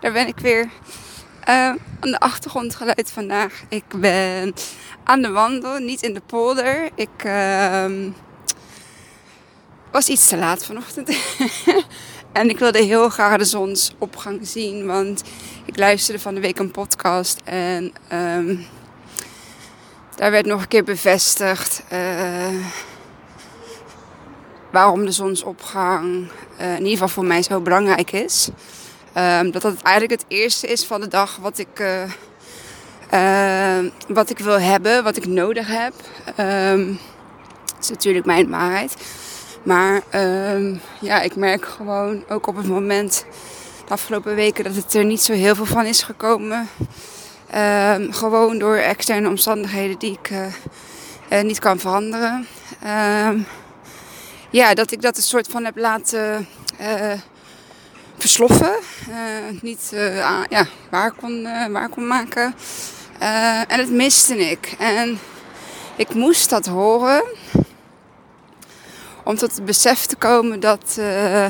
daar ben ik weer. Aan de achtergrondgeluid vandaag. Ik ben aan de wandel, niet in de polder. Ik was iets te laat vanochtend. En ik wilde heel graag de zonsopgang zien. Want ik luisterde van de week een podcast. En daar werd nog een keer bevestigd waarom de zonsopgang in ieder geval voor mij zo belangrijk is. Dat het eigenlijk het eerste is van de dag wat ik wil hebben, wat ik nodig heb. Dat is natuurlijk mijn waarheid. Maar ik merk gewoon ook op het moment, de afgelopen weken, dat het er niet zo heel veel van is gekomen. Gewoon door externe omstandigheden die ik niet kan veranderen. Dat ik dat een soort van heb laten versloffen. Niet waar kon maken. En dat miste ik. En ik moest dat horen. Om tot het besef te komen dat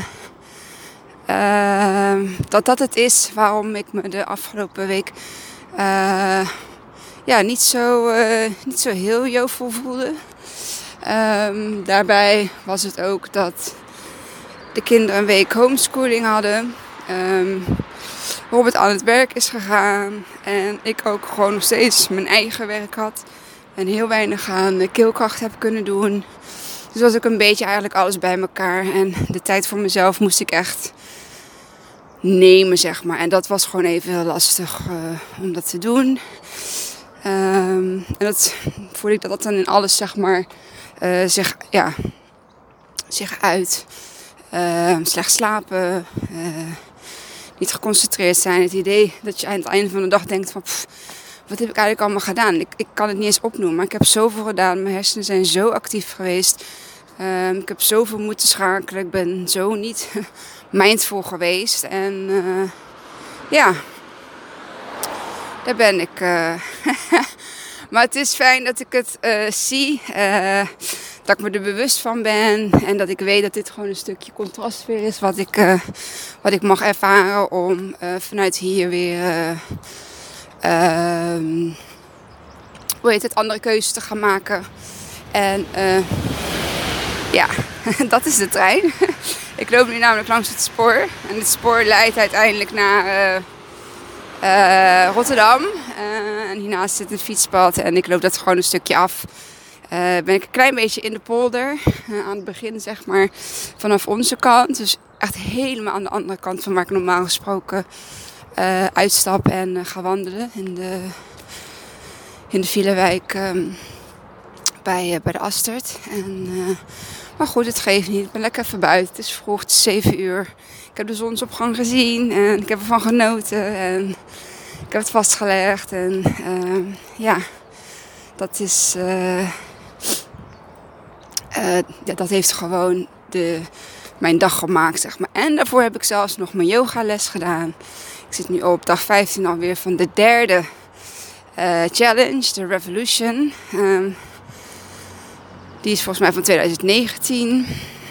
het is waarom ik me de afgelopen week niet zo heel jovel voelde. Daarbij was het ook dat de kinderen een week homeschooling hadden. Robert aan het werk is gegaan. En ik ook gewoon nog steeds mijn eigen werk had. En heel weinig aan de keelkracht heb kunnen doen. Dus was ook een beetje eigenlijk alles bij elkaar. En de tijd voor mezelf moest ik echt nemen, zeg maar. En dat was gewoon even heel lastig om dat te doen. En dat voelde ik dat dan in alles, zeg maar, zich uit. Slecht slapen. Niet geconcentreerd zijn. Het idee dat je aan het einde van de dag denkt van... wat heb ik eigenlijk allemaal gedaan? Ik kan het niet eens opnoemen. Maar ik heb zoveel gedaan. Mijn hersenen zijn zo actief geweest. Ik heb zoveel moeten schakelen. Ik ben zo niet mindful geweest. En daar ben ik. Maar het is fijn dat ik het zie. Dat ik me er bewust van ben. En dat ik weet dat dit gewoon een stukje contrast weer is. Wat ik mag ervaren om vanuit hier weer... andere keuzes te gaan maken. En dat is de trein. Ik loop nu namelijk langs het spoor. En het spoor leidt uiteindelijk naar Rotterdam. En hiernaast zit een fietspad. En ik loop dat gewoon een stukje af. Ben ik een klein beetje in de polder. Aan het begin, zeg maar, vanaf onze kant. Dus echt helemaal aan de andere kant van waar ik normaal gesproken uitstap en ga wandelen. In de Vilewijk bij de Astert. Maar goed, het geeft niet. Ik ben lekker even buiten. Het is vroeg, het is 7 uur. Ik heb de zonsopgang gezien en ik heb ervan genoten. En ik heb het vastgelegd. En dat is... dat heeft gewoon mijn dag gemaakt, zeg maar. En daarvoor heb ik zelfs nog mijn yogales gedaan. Ik zit nu op dag 15 alweer van de derde challenge, de Revolution. Die is volgens mij van 2019.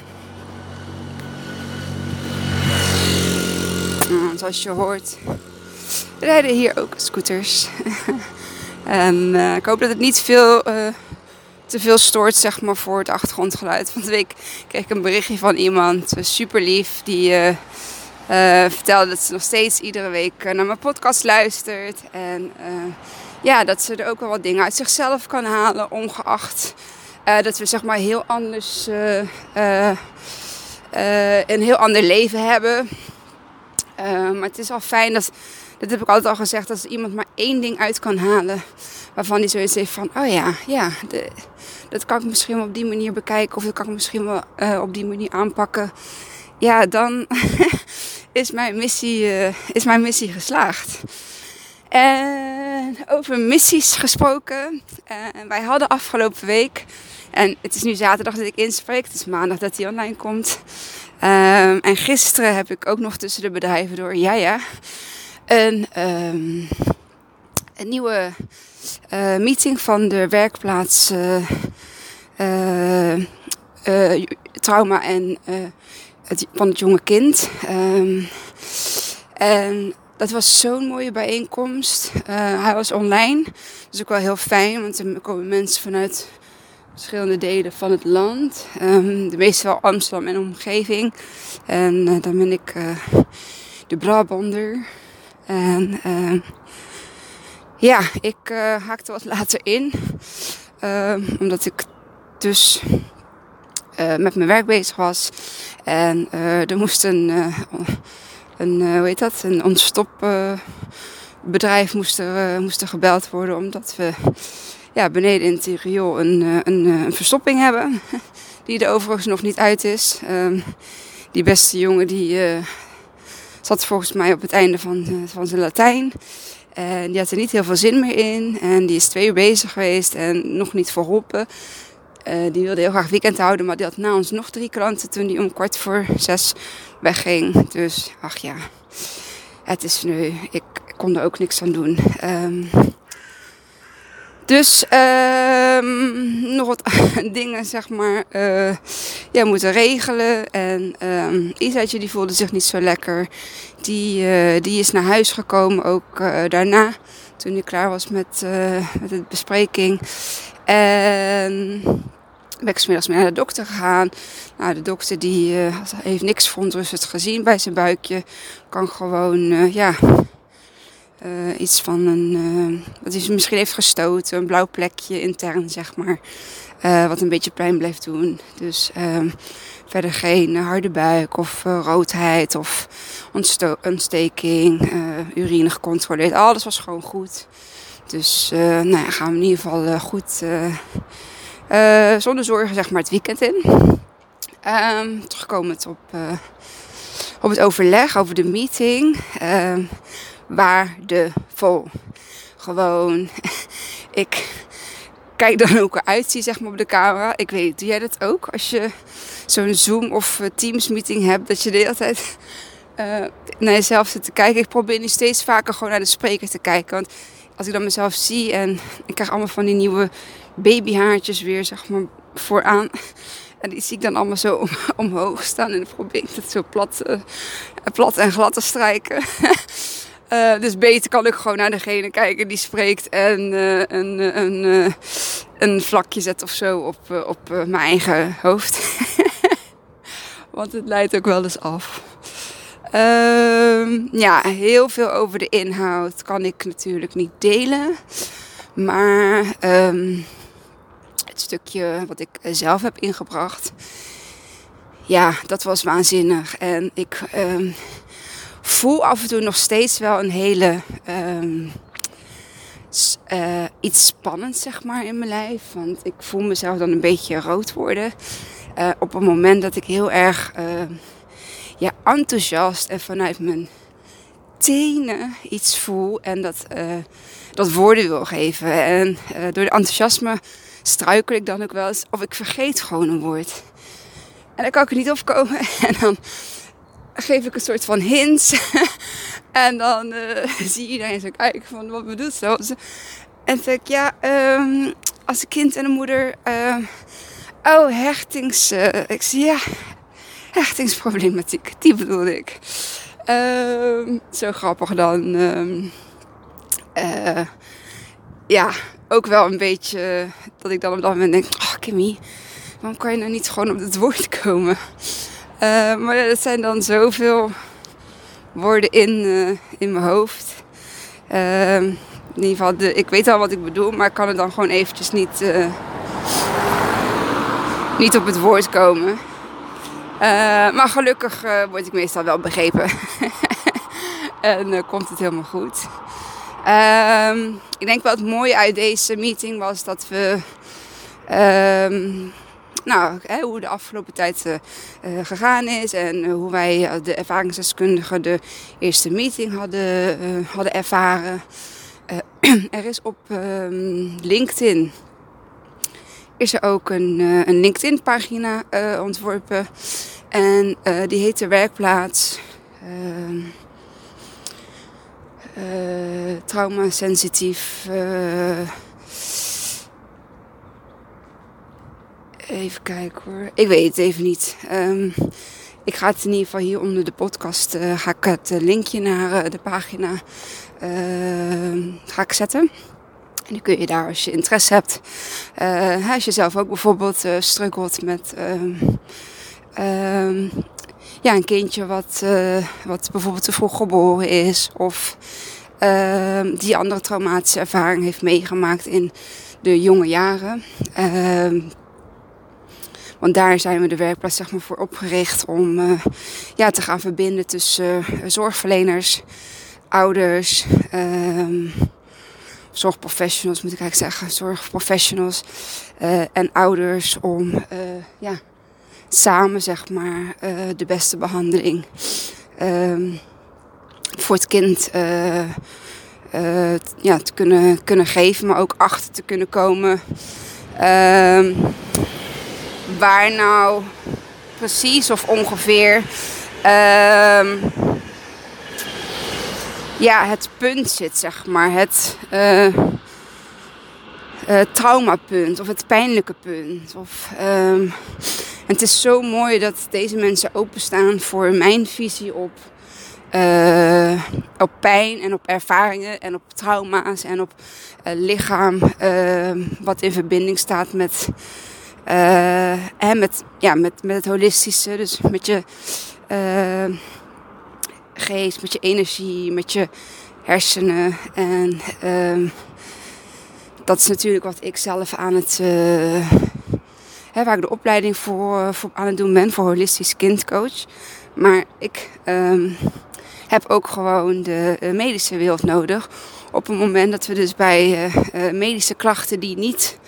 Zoals je hoort, rijden hier ook scooters. En ik hoop dat het niet te veel stoort, zeg maar, voor het achtergrondgeluid. Van de week kreeg ik een berichtje van iemand, super lief, die vertelde dat ze nog steeds iedere week naar mijn podcast luistert. En dat ze er ook wel wat dingen uit zichzelf kan halen, ongeacht dat we, zeg maar, heel anders een heel ander leven hebben. Maar het is al fijn dat heb ik altijd al gezegd, als iemand maar één ding uit kan halen waarvan hij zoiets heeft van, dat kan ik misschien wel op die manier bekijken of dat kan ik misschien wel op die manier aanpakken. Ja, dan is mijn missie geslaagd. En over missies gesproken, wij hadden afgelopen week, en het is nu zaterdag dat ik inspreek, het is maandag dat hij online komt. En gisteren heb ik ook nog tussen de bedrijven door, een nieuwe meeting van de werkplaats trauma en van het jonge kind. En dat was zo'n mooie bijeenkomst. Hij was online, dus ook wel heel fijn, want er komen mensen vanuit verschillende delen van het land. De meeste wel Amsterdam en omgeving. En dan ben ik de Brabander. En ik haakte wat later in. Omdat ik dus met mijn werk bezig was. En er moest een ontstopbedrijf moest er gebeld worden. Omdat we beneden in het riool een verstopping hebben. Die er overigens nog niet uit is. Die beste jongen die zat volgens mij op het einde van zijn Latijn. En die had er niet heel veel zin meer in. En die is 2 uur bezig geweest en nog niet verholpen. Die wilde heel graag weekend houden, maar die had na ons nog 3 klanten toen die om 5:45 wegging. Dus, het is nu, ik kon er ook niks aan doen. Dus nog wat dingen, zeg maar, moeten regelen. En Isaatje die voelde zich niet zo lekker. Die is naar huis gekomen, ook daarna, toen hij klaar was met de bespreking. En ben ik 's middags mee naar de dokter gegaan. Nou, de dokter die heeft niks verontrustend gezien bij zijn buikje. Kan gewoon, iets van dat hij misschien heeft gestoten. Een blauw plekje intern, zeg maar. Wat een beetje pijn blijft doen. Dus verder geen harde buik of roodheid of ontsteking. Urine gecontroleerd. Alles was gewoon goed. Dus gaan we in ieder geval goed zonder zorgen, zeg maar, het weekend in. Terugkomend op het overleg over de meeting. Waardevol. Gewoon, ik kijk dan hoe ik eruit zie, zeg maar, op de camera. Ik weet niet, doe jij dat ook? Als je zo'n Zoom of Teams meeting hebt, dat je de hele tijd naar jezelf zit te kijken. Ik probeer nu steeds vaker gewoon naar de spreker te kijken. Want als ik dan mezelf zie en ik krijg allemaal van die nieuwe babyhaartjes weer, zeg maar, vooraan. En die zie ik dan allemaal zo omhoog staan. En dan probeer ik dat zo plat en glad te strijken. Dus beter kan ik gewoon naar degene kijken die spreekt. En een vlakje zet of zo op mijn eigen hoofd. Want het leidt ook wel eens af. Heel veel over de inhoud kan ik natuurlijk niet delen. Maar het stukje wat ik zelf heb ingebracht, dat was waanzinnig. En ik voel af en toe nog steeds wel een hele iets spannends, zeg maar, in mijn lijf. Want ik voel mezelf dan een beetje rood worden. Op het moment dat ik heel erg enthousiast en vanuit mijn tenen iets voel en dat woorden wil geven. En door de enthousiasme struikel ik dan ook wel eens of ik vergeet gewoon een woord. En dan kan ik er niet opkomen en dan geef ik een soort van hints. En dan zie iedereen zo kijken van, wat bedoelt ze? En dan zeg ik, als een kind en een moeder, ik zie, hechtingsproblematiek, die bedoelde ik. Zo grappig dan. Ook wel een beetje dat ik dan op dat moment denk, Kimmy, waarom kan je nou niet gewoon op het woord komen? Maar dat zijn dan zoveel woorden in mijn hoofd. In ieder geval, ik weet al wat ik bedoel, maar ik kan er dan gewoon eventjes niet op het woord komen. Maar gelukkig word ik meestal wel begrepen. En komt het helemaal goed. Ik denk wel het mooie uit deze meeting was dat we hoe de afgelopen tijd gegaan is en hoe wij de ervaringsdeskundigen de eerste meeting hadden ervaren. Er is op LinkedIn is er ook een LinkedIn pagina ontworpen en die heet de Werkplaats Trauma-sensitief. Even kijken hoor. Ik weet het even niet. Ik ga het in ieder geval hier onder de podcast, ga ik het linkje naar de pagina ga ik zetten. En dan kun je daar, als je interesse hebt, als je zelf ook bijvoorbeeld struggelt met een kindje wat bijvoorbeeld te vroeg geboren is, of die andere traumatische ervaring heeft meegemaakt in de jonge jaren. Want daar zijn we de werkplaats zeg maar voor opgericht om te gaan verbinden tussen zorgverleners, ouders, zorgprofessionals moet ik eigenlijk zeggen, zorgprofessionals en ouders om samen zeg maar de beste behandeling voor het kind te kunnen geven, maar ook achter te kunnen komen waar nou precies of ongeveer het punt zit, zeg maar. Het traumapunt of het pijnlijke punt. En het is zo mooi dat deze mensen openstaan voor mijn visie op pijn en op ervaringen en op trauma's en op lichaam wat in verbinding staat met het holistische. Dus met je geest, met je energie, met je hersenen. En dat is natuurlijk wat ik zelf aan het waar ik de opleiding voor aan het doen ben, voor holistisch kindcoach. Maar ik heb ook gewoon de medische wereld nodig. Op het moment dat we dus bij medische klachten die niet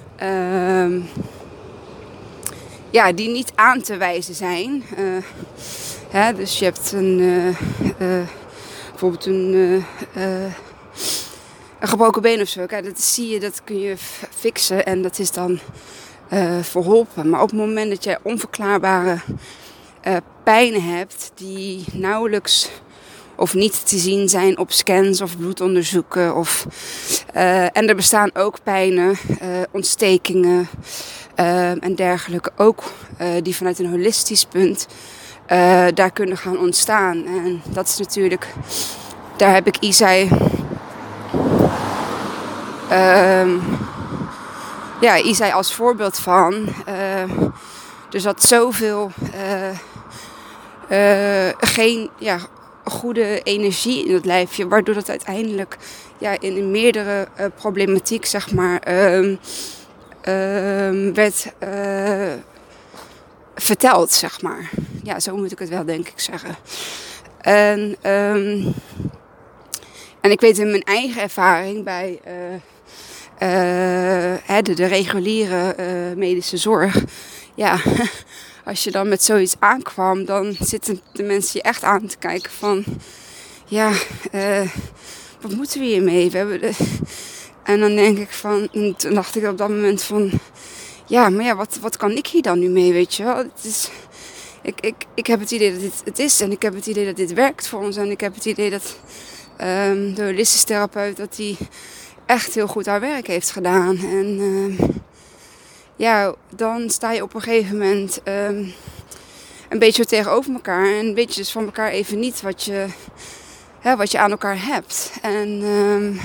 aan te wijzen zijn. Dus je hebt bijvoorbeeld een gebroken been of zo. Kijk, dat zie je, dat kun je fixen en dat is dan verholpen. Maar op het moment dat jij onverklaarbare pijnen hebt die nauwelijks of niet te zien zijn op scans of bloedonderzoeken. En er bestaan ook pijnen, ontstekingen en dergelijke ook die vanuit een holistisch punt daar kunnen gaan ontstaan. En dat is natuurlijk, daar heb ik Isai Isai als voorbeeld van. Er zat zoveel geen goede energie in het lijfje, waardoor dat uiteindelijk in meerdere problematiek zeg maar werd verteld, zeg maar. Ja, zo moet ik het wel denk ik zeggen. En ik weet in mijn eigen ervaring bij de reguliere medische zorg. Ja, als je dan met zoiets aankwam, dan zitten de mensen je echt aan te kijken van... Ja, wat moeten we hiermee? En dan denk ik van... Toen dacht ik op dat moment van... Ja, maar ja, wat kan ik hier dan nu mee, weet je wel? Het is... Ik heb het idee dat dit het is en ik heb het idee dat dit werkt voor ons. En ik heb het idee dat de holistische therapeut dat die echt heel goed haar werk heeft gedaan. En dan sta je op een gegeven moment een beetje tegenover elkaar. En weet je dus van elkaar even niet wat je aan elkaar hebt. En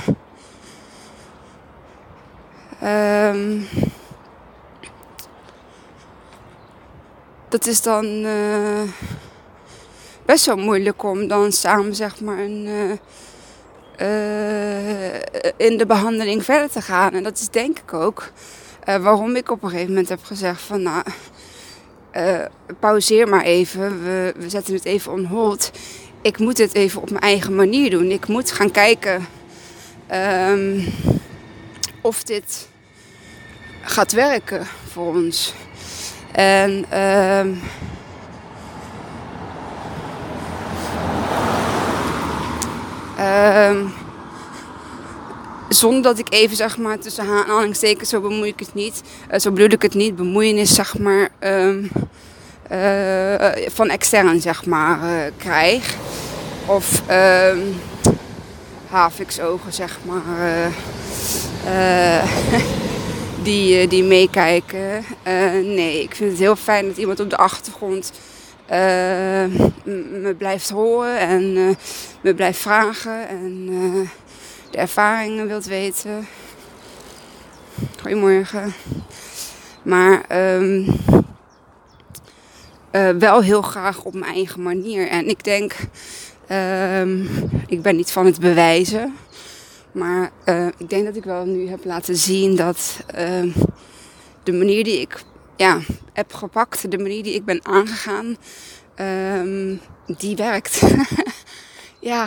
dat is dan best wel moeilijk om dan samen zeg maar in de behandeling verder te gaan. En dat is denk ik ook waarom ik op een gegeven moment heb gezegd van pauzeer maar even. We zetten het even on hold. Ik moet het even op mijn eigen manier doen. Ik moet gaan kijken of dit gaat werken voor ons. En zonder dat ik even zeg maar tussen aanhalingstekens, zo bemoei ik het niet, zo bedoel ik het niet, bemoeienis zeg maar van extern zeg maar krijg. Of haviksogen zeg maar die meekijken. Nee, ik vind het heel fijn dat iemand op de achtergrond me blijft horen en me blijft vragen en de ervaringen wilt weten. Goedemorgen. Maar wel heel graag op mijn eigen manier. En ik denk, ik ben niet van het bewijzen. Maar ik denk dat ik wel nu heb laten zien dat de manier die ik heb gepakt, de manier die ik ben aangegaan, die werkt. Ja,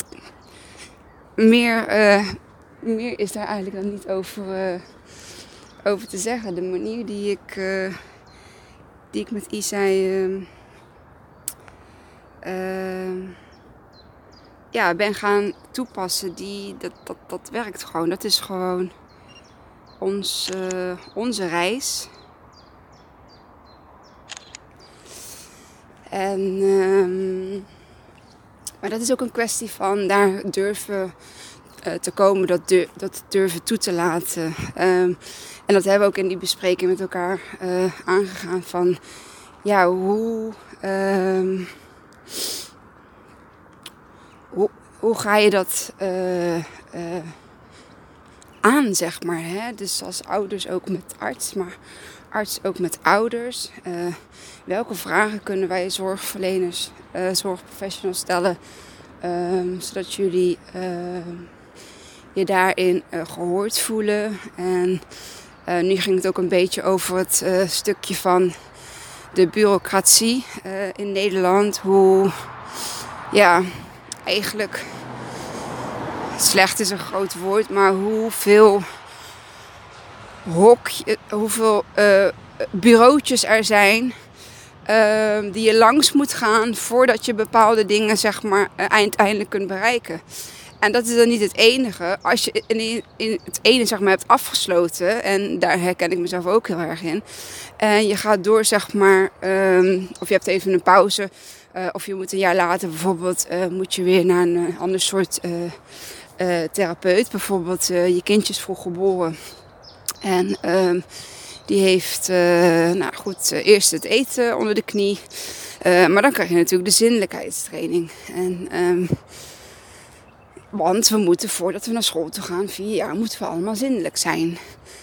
meer is daar eigenlijk dan niet over te zeggen. De manier die ik met Isai ben gaan toepassen, dat werkt gewoon. Dat is gewoon onze reis. En maar dat is ook een kwestie van daar durven te komen, dat durven toe te laten. En dat hebben we ook in die bespreking met elkaar aangegaan van hoe ga je dat aan, zeg maar. Hè? Dus als ouders ook met arts, maar arts ook met ouders. Welke vragen kunnen wij zorgverleners, zorgprofessionals stellen, zodat jullie je daarin gehoord voelen. En nu ging het ook een beetje over het stukje van de bureaucratie in Nederland. Hoe eigenlijk, slecht is een groot woord, maar hoeveel bureautjes er zijn die je langs moet gaan voordat je bepaalde dingen, zeg maar, uiteindelijk kunt bereiken. En dat is dan niet het enige. Als je in het ene, zeg maar, hebt afgesloten, en daar herken ik mezelf ook heel erg in, en je gaat door, zeg maar, of je hebt even een pauze, of je moet een jaar later bijvoorbeeld, moet je weer naar een ander soort therapeut. Bijvoorbeeld je kindje is vroeg geboren. En die heeft eerst het eten onder de knie. Maar dan krijg je natuurlijk de zinnelijkheidstraining. En want we moeten, voordat we naar school toe gaan, 4 jaar, moeten we allemaal zinnelijk zijn.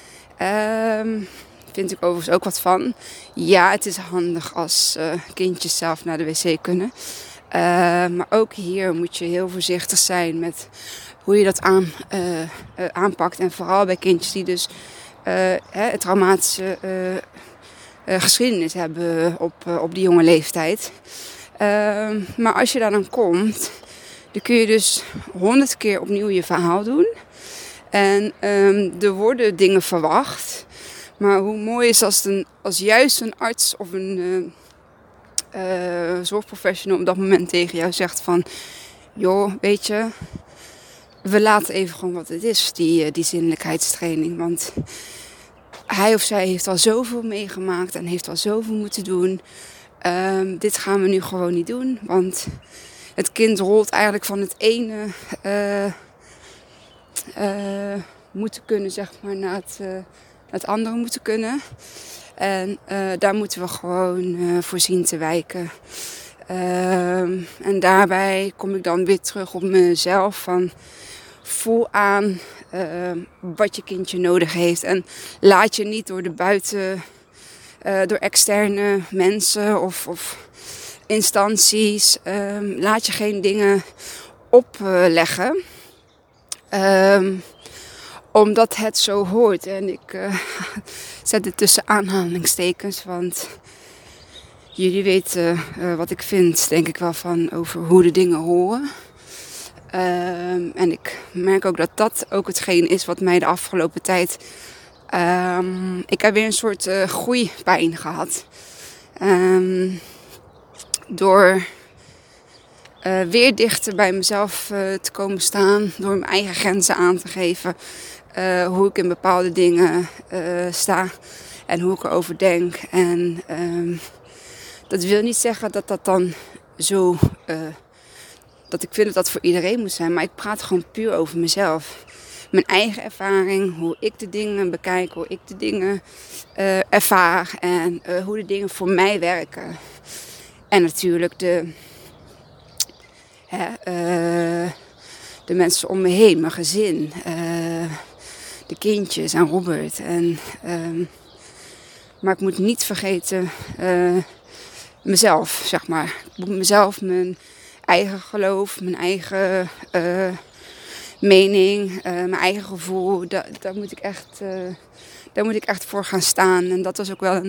Vind ik overigens ook wat van. Ja, het is handig als kindjes zelf naar de wc kunnen. Maar ook hier moet je heel voorzichtig zijn met hoe je dat aanpakt. En vooral bij kindjes die dus een traumatische geschiedenis hebben op die jonge leeftijd. Maar als je daar dan komt, dan kun je dus 100 keer opnieuw je verhaal doen. En er worden dingen verwacht. Maar hoe mooi is als juist een arts of een zorgprofessional op dat moment tegen jou zegt van, joh, weet je, we laten even gewoon wat het is, die zinnelijkheidstraining. Want hij of zij heeft al zoveel meegemaakt en heeft al zoveel moeten doen. Dit gaan we nu gewoon niet doen. Want het kind rolt eigenlijk van het ene moeten kunnen, zeg maar, naar het andere moeten kunnen. En daar moeten we gewoon voor zien te wijken. En daarbij kom ik dan weer terug op mezelf. Van voel aan wat je kindje nodig heeft. En laat je niet door door externe mensen of instanties, laat je geen dingen opleggen. Omdat het zo hoort. En ik zet het tussen aanhalingstekens. Want jullie weten wat ik vind, denk ik wel, over hoe de dingen horen. En ik merk ook dat dat ook hetgeen is wat mij de afgelopen tijd... ik heb weer een soort groeipijn gehad. Door weer dichter bij mezelf te komen staan. Door mijn eigen grenzen aan te geven. Hoe ik in bepaalde dingen sta. En hoe ik erover denk. En dat wil niet zeggen dat dat dan zo... dat ik vind dat dat voor iedereen moet zijn. Maar ik praat gewoon puur over mezelf. Mijn eigen ervaring. Hoe ik de dingen bekijk. Hoe ik de dingen ervaar. En hoe de dingen voor mij werken. En natuurlijk de mensen om me heen, mijn gezin, de kindjes en Robert. Maar ik moet niet vergeten mezelf, zeg maar. Ik moet mezelf, mijn eigen geloof, mijn eigen mening, mijn eigen gevoel. Daar moet ik echt voor gaan staan. En dat was ook wel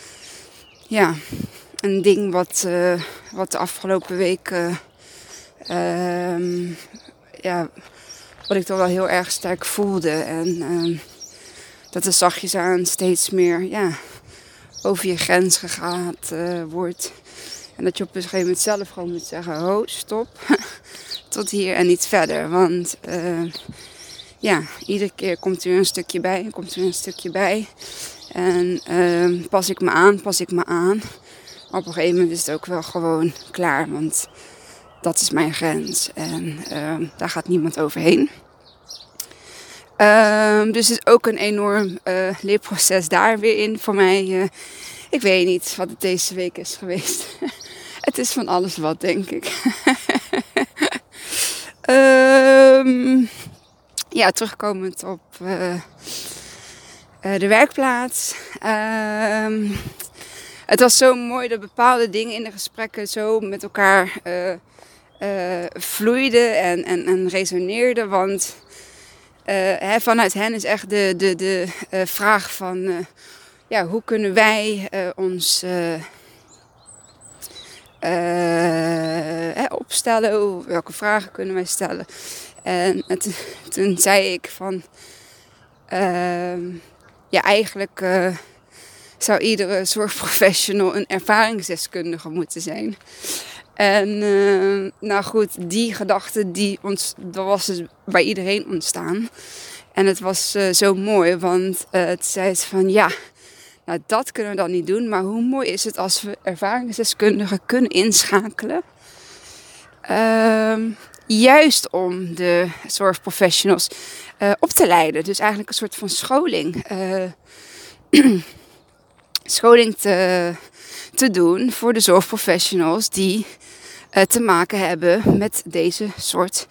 een ding wat de afgelopen week... wat ik toch wel heel erg sterk voelde. En dat er zachtjes aan steeds meer over je grens gegaan wordt. En dat je op een gegeven moment zelf gewoon moet zeggen, ho, stop. Tot hier en niet verder. Want iedere keer komt er een stukje bij. En pas ik me aan. Maar op een gegeven moment is het ook wel gewoon klaar. Want dat is mijn grens. En daar gaat niemand overheen. Dus het is ook een enorm leerproces daar weer in voor mij. Ik weet niet wat het deze week is geweest. Het is van alles wat, denk ik. Terugkomend op de werkplaats. Het was zo mooi dat bepaalde dingen in de gesprekken zo met elkaar vloeiden en resoneerden. Want vanuit hen is echt de vraag van... hoe kunnen wij ons opstellen? Welke vragen kunnen wij stellen? En toen zei ik van... eigenlijk zou iedere zorgprofessional een ervaringsdeskundige moeten zijn. En die gedachte, dat was dus bij iedereen ontstaan. En het was zo mooi, want het zei van dat kunnen we dan niet doen. Maar hoe mooi is het als we ervaringsdeskundigen kunnen inschakelen. Juist om de zorgprofessionals op te leiden. Dus eigenlijk een soort van scholing. Scholing te doen voor de zorgprofessionals die te maken hebben met deze soort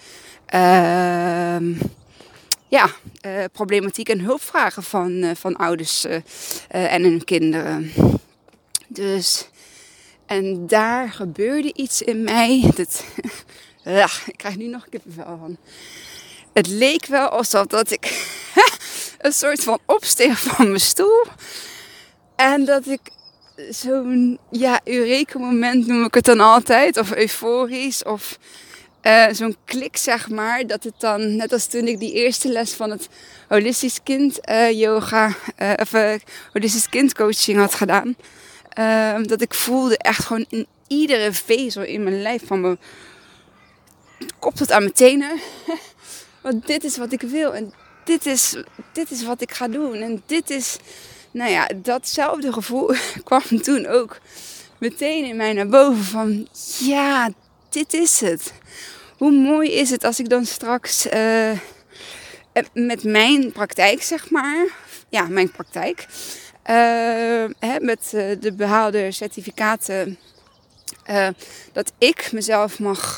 problematiek en hulpvragen van ouders en hun kinderen. Dus, en daar gebeurde iets in mij. Ik krijg nu nog kippenvel van. Het leek wel alsof dat ik een soort van opsteeg van mijn stoel. En dat ik zo'n eureka moment noem ik het dan altijd. Of euforisch. Of zo'n klik, zeg maar. Dat het dan, net als toen ik die eerste les van het holistisch kind yoga. Holistisch kindcoaching had gedaan. Dat ik voelde echt gewoon in iedere vezel in mijn lijf. Van mijn kop tot aan mijn tenen. Want dit is wat ik wil. En dit is wat ik ga doen. En dit is... datzelfde gevoel kwam toen ook meteen in mij naar boven van... dit is het. Hoe mooi is het als ik dan straks met mijn praktijk, zeg maar... mijn praktijk. Met de behaalde certificaten... dat ik mezelf mag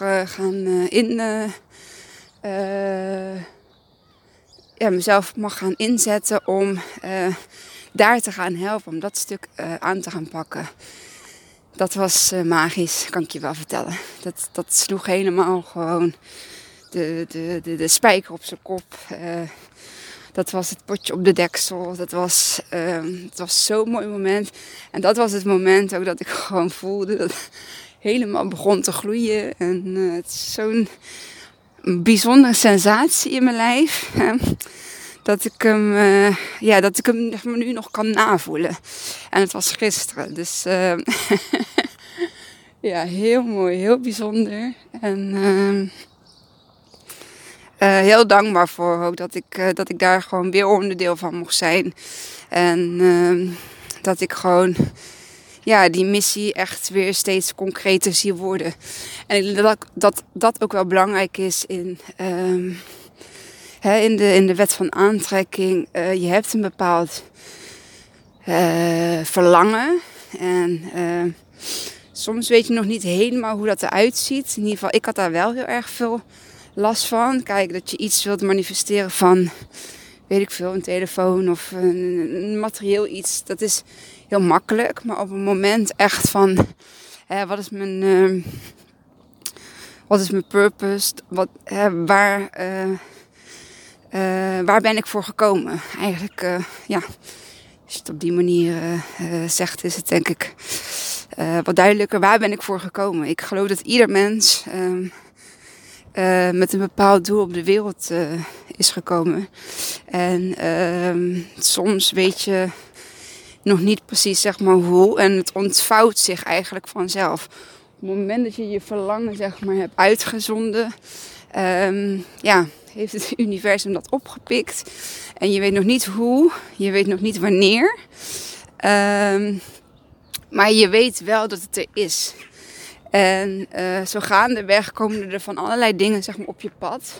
mezelf mag gaan inzetten om... daar te gaan helpen, om dat stuk aan te gaan pakken. Dat was magisch, kan ik je wel vertellen. Dat sloeg helemaal gewoon de spijker op zijn kop. Dat was het potje op de deksel. Het was zo'n mooi moment. En dat was het moment ook dat ik gewoon voelde dat het helemaal begon te gloeien. En het is zo'n bijzondere sensatie in mijn lijf. Dat ik hem nu nog kan navoelen. En het was gisteren. Dus heel mooi, heel bijzonder. En heel dankbaar voor ook dat ik daar gewoon weer onderdeel van mocht zijn. En dat ik gewoon die missie echt weer steeds concreter zie worden. En ik denk dat ook wel belangrijk is in de wet van aantrekking. Je hebt een bepaald verlangen. En soms weet je nog niet helemaal hoe dat eruit ziet. In ieder geval, ik had daar wel heel erg veel last van. Kijk, dat je iets wilt manifesteren van, weet ik veel, een telefoon of een materieel iets. Dat is heel makkelijk. Maar op een moment echt van, wat is mijn purpose? Waar ben ik voor gekomen? Eigenlijk, als je het op die manier zegt, is het denk ik wat duidelijker. Waar ben ik voor gekomen? Ik geloof dat ieder mens met een bepaald doel op de wereld is gekomen. En soms weet je nog niet precies zeg maar hoe. En het ontvouwt zich eigenlijk vanzelf. Op het moment dat je je verlangen zeg maar hebt uitgezonden, heeft het universum dat opgepikt. En je weet nog niet hoe, je weet nog niet wanneer. Maar je weet wel dat het er is. En zo gaandeweg komen er van allerlei dingen zeg maar, op je pad.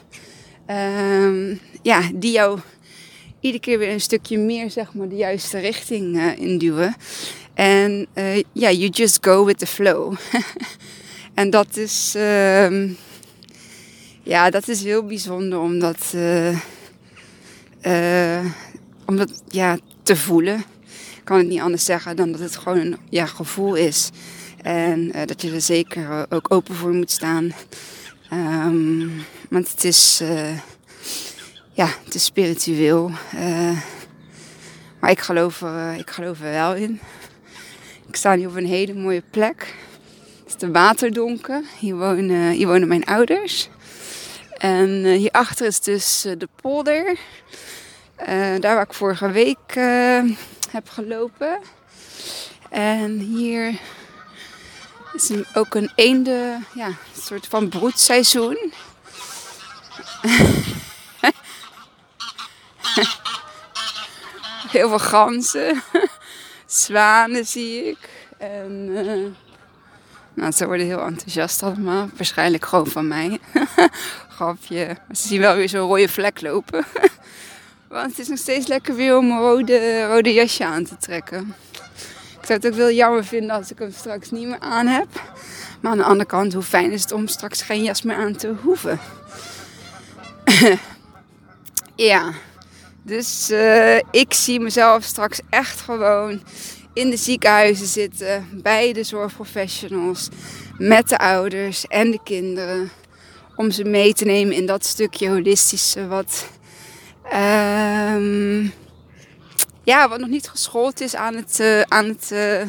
Die jou iedere keer weer een stukje meer zeg maar, de juiste richting induwen. En you just go with the flow. En dat is, dat is heel bijzonder om dat te voelen. Ik kan het niet anders zeggen dan dat het gewoon een gevoel is. En dat je er zeker ook open voor moet staan. Want het is spiritueel. Maar ik geloof er wel in. Ik sta nu op een hele mooie plek. Het is de Waterdonken. Hier wonen mijn ouders. En hierachter is dus de polder. Daar waar ik vorige week heb gelopen. En hier is ook een een soort van broedseizoen. Heel veel ganzen. Zwanen zie ik. En ze worden heel enthousiast allemaal. Waarschijnlijk gewoon van mij. Grapje. Ze zien wel weer zo'n rode vlek lopen. Want het is nog steeds lekker weer om een rode jasje aan te trekken. Ik zou het ook wel jammer vinden als ik hem straks niet meer aan heb. Maar aan de andere kant, hoe fijn is het om straks geen jas meer aan te hoeven. Dus ik zie mezelf straks echt gewoon in de ziekenhuizen zitten. Bij de zorgprofessionals. Met de ouders en de kinderen. Om ze mee te nemen in dat stukje holistische wat nog niet geschoold is aan de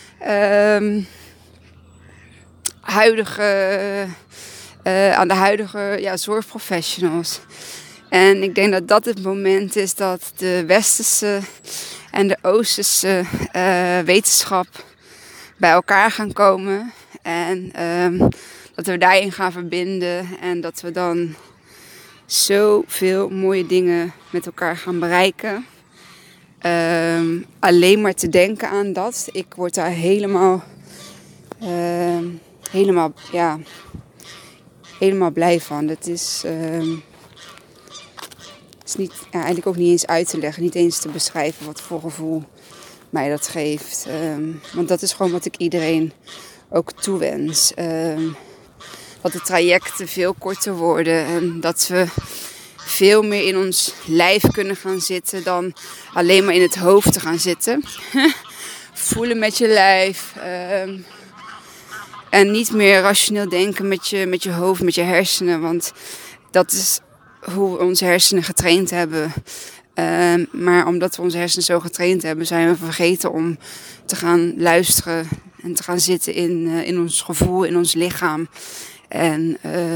huidige zorgprofessionals. En ik denk dat dat het moment is dat de westerse en de oosterse wetenschap bij elkaar gaan komen. En dat we daarin gaan verbinden. En dat we dan zoveel mooie dingen met elkaar gaan bereiken. Alleen maar te denken aan dat. Ik word daar helemaal blij van. Het is niet, eigenlijk ook niet eens uit te leggen. Niet eens te beschrijven wat voor gevoel mij dat geeft. Want dat is gewoon wat ik iedereen ook toewens. Dat de trajecten veel korter worden. En dat we veel meer in ons lijf kunnen gaan zitten dan alleen maar in het hoofd te gaan zitten. Voelen met je lijf. En niet meer rationeel denken met je hoofd, met je hersenen. Want dat is hoe we onze hersenen getraind hebben. Maar omdat we onze hersenen zo getraind hebben, zijn we vergeten om te gaan luisteren. En te gaan zitten in ons gevoel, in ons lichaam. En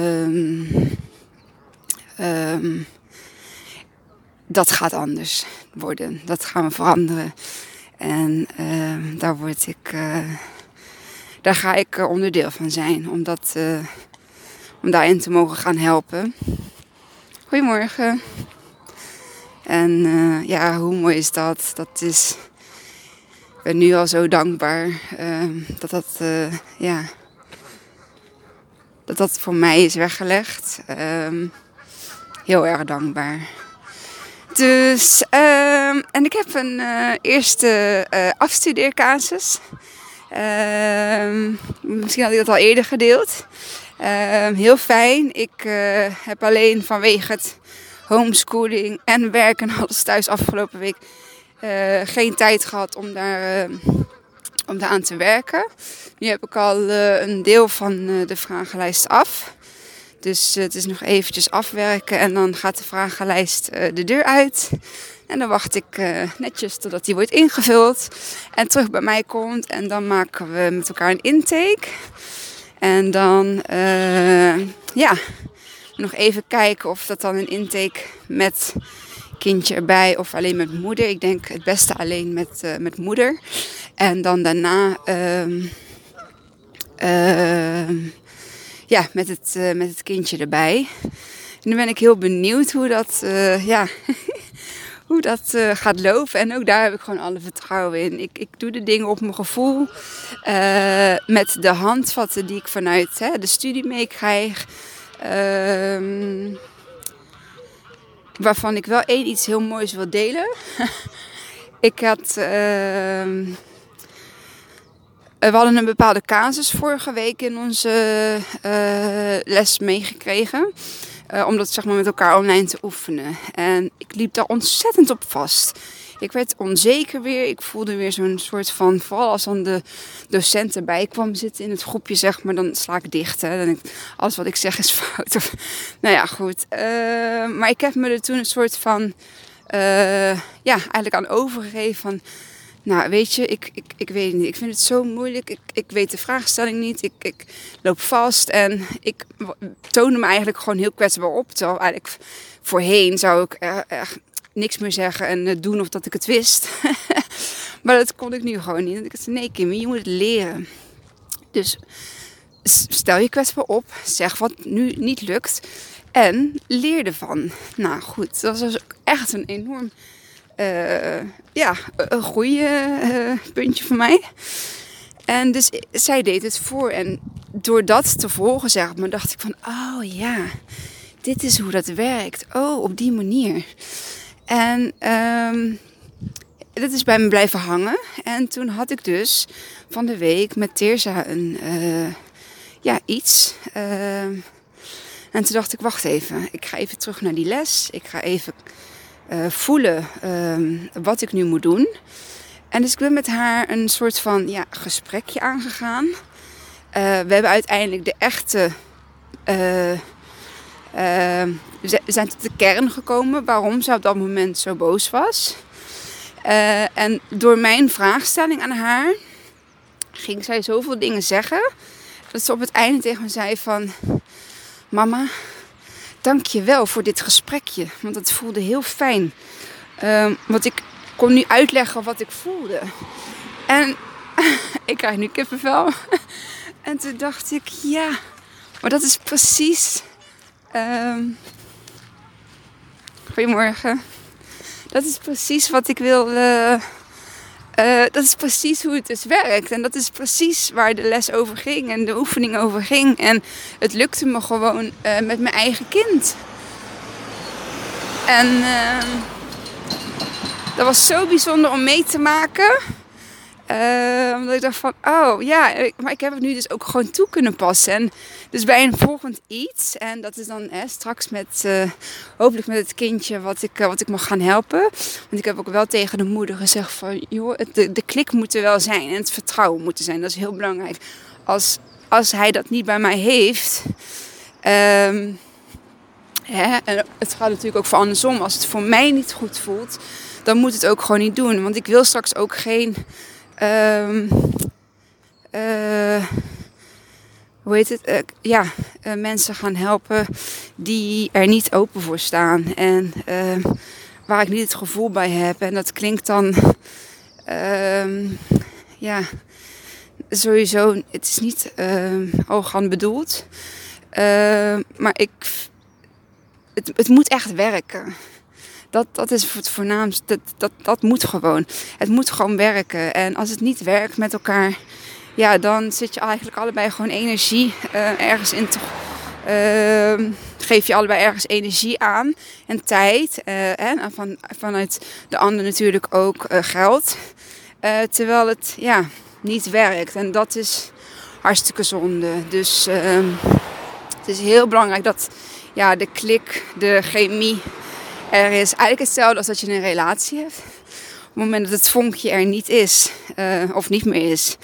dat gaat anders worden. Dat gaan we veranderen. En daar ga ik onderdeel van zijn. Om daarin te mogen gaan helpen. Goedemorgen. En hoe mooi is dat? Ik ben nu al zo dankbaar dat voor mij is weggelegd. Heel erg dankbaar. Dus, en ik heb een eerste afstudeercasus. Misschien had ik dat al eerder gedeeld. Heel fijn. Ik heb alleen vanwege het homeschooling en werk en alles thuis afgelopen week geen tijd gehad om daar aan te werken. Nu heb ik al een deel van de vragenlijst af. Dus het is nog eventjes afwerken en dan gaat de vragenlijst de deur uit. En dan wacht ik netjes totdat die wordt ingevuld en terug bij mij komt. En dan maken we met elkaar een intake. En dan nog even kijken of dat dan een intake met kindje erbij of alleen met moeder. Ik denk het beste alleen met moeder. En dan daarna met het kindje erbij. En nu ben ik heel benieuwd hoe dat, hoe dat gaat lopen. En ook daar heb ik gewoon alle vertrouwen in. Ik doe de dingen op mijn gevoel. Met de handvatten die ik vanuit de studie meekrijg. Waarvan ik wel iets heel moois wil delen. We hadden een bepaalde casus vorige week in onze les meegekregen. Om dat zeg maar met elkaar online te oefenen. En ik liep daar ontzettend op vast. Ik werd onzeker weer. Ik voelde weer zo'n soort van... Vooral als dan de docent erbij kwam zitten in het groepje, zeg maar. Dan sla ik dicht. Hè. Dan denk ik, alles wat ik zeg is fout. Of, nou ja, goed. Maar ik heb me er toen een soort van... eigenlijk aan overgegeven van... Nou, weet je, ik weet het niet. Ik vind het zo moeilijk. Ik weet de vraagstelling niet. Ik loop vast en ik toonde me eigenlijk gewoon heel kwetsbaar op. Terwijl eigenlijk voorheen zou ik echt niks meer zeggen en doen of dat ik het wist. Maar dat kon ik nu gewoon niet. Ik zei, nee Kimmy, je moet het leren. Dus stel je kwetsbaar op. Zeg wat nu niet lukt. En leer ervan. Nou goed, dat was dus echt een enorm... een goede puntje voor mij. En dus zij deed het voor. En door dat te volgen, zeg maar, dacht ik van... Oh ja, dit is hoe dat werkt. Oh, op die manier. En dat is bij me blijven hangen. En toen had ik dus van de week met Teersa iets. En toen dacht ik, wacht even. Ik ga even terug naar die les. Ik ga even... voelen wat ik nu moet doen. En dus ik ben met haar een soort van gesprekje aangegaan. We hebben uiteindelijk de echte... we zijn tot de kern gekomen waarom ze op dat moment zo boos was. En door mijn vraagstelling aan haar... ging zij zoveel dingen zeggen... dat ze op het einde tegen me zei van... Mama... Dank je wel voor dit gesprekje, want het voelde heel fijn. Want ik kon nu uitleggen wat ik voelde. En ik krijg nu kippenvel. En toen dacht ik, ja, maar dat is precies... Goedemorgen. Dat is precies wat ik wil... dat is precies hoe het dus werkt. En dat is precies waar de les over ging en de oefening over ging. En het lukte me gewoon met mijn eigen kind. En dat was zo bijzonder om mee te maken. Omdat ik dacht van, oh ja, maar ik heb het nu dus ook gewoon toe kunnen passen. En dus bij een volgend iets, en dat is dan straks met, hopelijk met het kindje wat ik mag gaan helpen. Want ik heb ook wel tegen de moeder gezegd van, joh, de klik moet er wel zijn en het vertrouwen moet er zijn. Dat is heel belangrijk. Als hij dat niet bij mij heeft... en het gaat natuurlijk ook voor andersom. Als het voor mij niet goed voelt, dan moet het ook gewoon niet doen. Want ik wil straks ook geen... mensen gaan helpen die er niet open voor staan. En waar ik niet het gevoel bij heb. En dat klinkt dan... sowieso... Het is niet arrogant bedoeld. Maar het moet echt werken. Dat is het voornaamste. Dat moet gewoon. Het moet gewoon werken. En als het niet werkt met elkaar... Ja, dan zit je eigenlijk allebei gewoon energie ergens in te... geef je allebei ergens energie aan. En tijd. En vanuit de ander natuurlijk ook geld. Terwijl het... niet werkt. En dat is hartstikke zonde. Dus het is heel belangrijk dat de klik, de chemie er is. Eigenlijk hetzelfde als dat je een relatie hebt. Op het moment dat het vonkje er niet is, of niet meer is,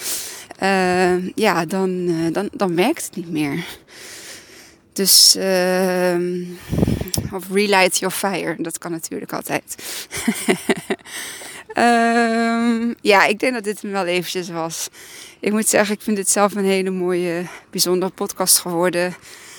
dan werkt het niet meer. Dus, of relight your fire, dat kan natuurlijk altijd. Ik denk dat dit hem wel eventjes was. Ik moet zeggen, ik vind dit zelf een hele mooie, bijzondere podcast geworden.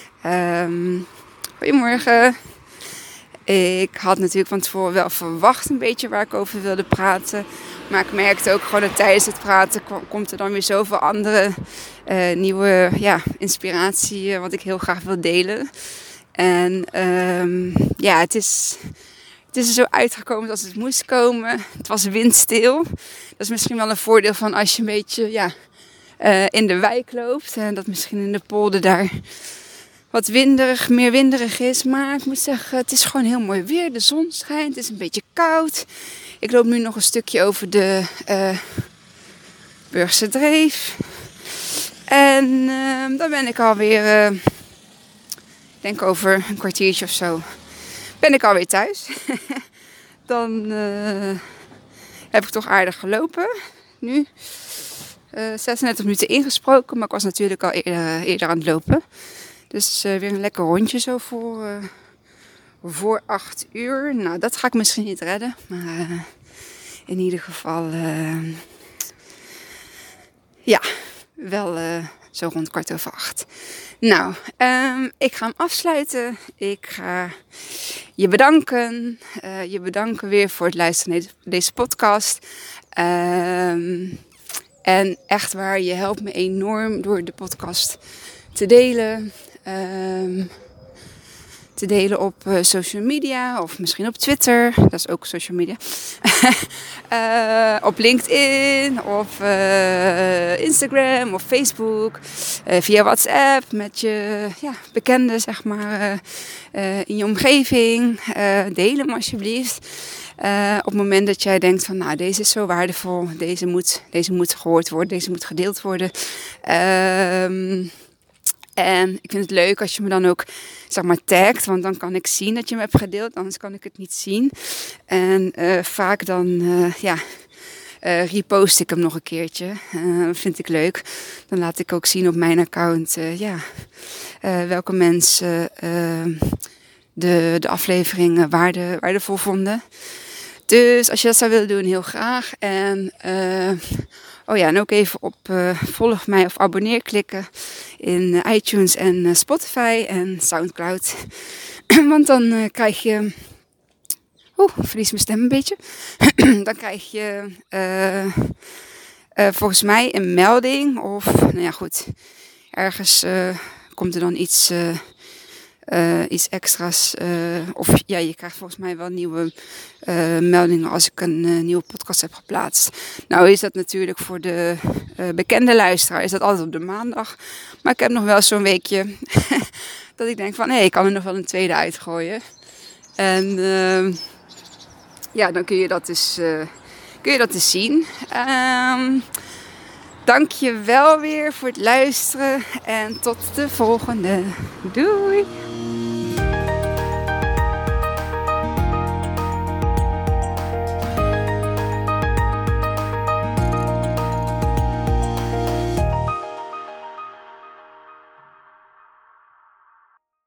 Goedemorgen. Ik had natuurlijk van tevoren wel verwacht een beetje waar ik over wilde praten. Maar ik merkte ook gewoon dat tijdens het praten komt er dan weer zoveel andere nieuwe inspiratie wat ik heel graag wil delen. En het is er zo uitgekomen zoals het moest komen. Het was windstil. Dat is misschien wel een voordeel van als je een beetje in de wijk loopt. En dat misschien in de polder daar wat meer winderig is. Maar ik moet zeggen, het is gewoon heel mooi weer. De zon schijnt, het is een beetje koud. Ik loop nu nog een stukje over de Burgse Dreef. En dan ben ik alweer, ik denk over een kwartiertje of zo, ben ik alweer thuis. Dan heb ik toch aardig gelopen. Nu 36 minuten ingesproken, maar ik was natuurlijk al eerder aan het lopen. Dus weer een lekker rondje zo voor 8 uur. Nou, dat ga ik misschien niet redden. Maar in ieder geval, wel zo rond 7:15. Nou, ik ga hem afsluiten. Ik ga je bedanken. Je bedanken weer voor het luisteren naar deze podcast. En echt waar, je helpt me enorm door de podcast te delen. Te delen op social media of misschien op Twitter. Dat is ook social media. Op LinkedIn of Instagram of Facebook. Via WhatsApp met je bekenden, zeg maar, in je omgeving. Deel hem alsjeblieft. Op het moment dat jij denkt van, nou, deze is zo waardevol. Deze moet gehoord worden. Deze moet gedeeld worden. En ik vind het leuk als je me dan ook, zeg maar, tagt. Want dan kan ik zien dat je me hebt gedeeld. Anders kan ik het niet zien. En vaak dan, repost ik hem nog een keertje. Dat vind ik leuk. Dan laat ik ook zien op mijn account, welke mensen de aflevering waardevol vonden. Dus als je dat zou willen doen, heel graag. En en ook even op volg mij of abonneer klikken in iTunes en Spotify en Soundcloud. Want dan krijg je... verlies mijn stem een beetje. Dan krijg je volgens mij een melding. Of, ergens komt er dan iets extra's. Je krijgt volgens mij wel nieuwe meldingen als ik een nieuwe podcast heb geplaatst. Nou is dat natuurlijk voor de bekende luisteraar is dat altijd op de maandag. Maar ik heb nog wel zo'n weekje dat ik denk van, ik kan er nog wel een tweede uitgooien. En dan kun je dat dus zien. Dank je wel weer voor het luisteren en tot de volgende. Doei!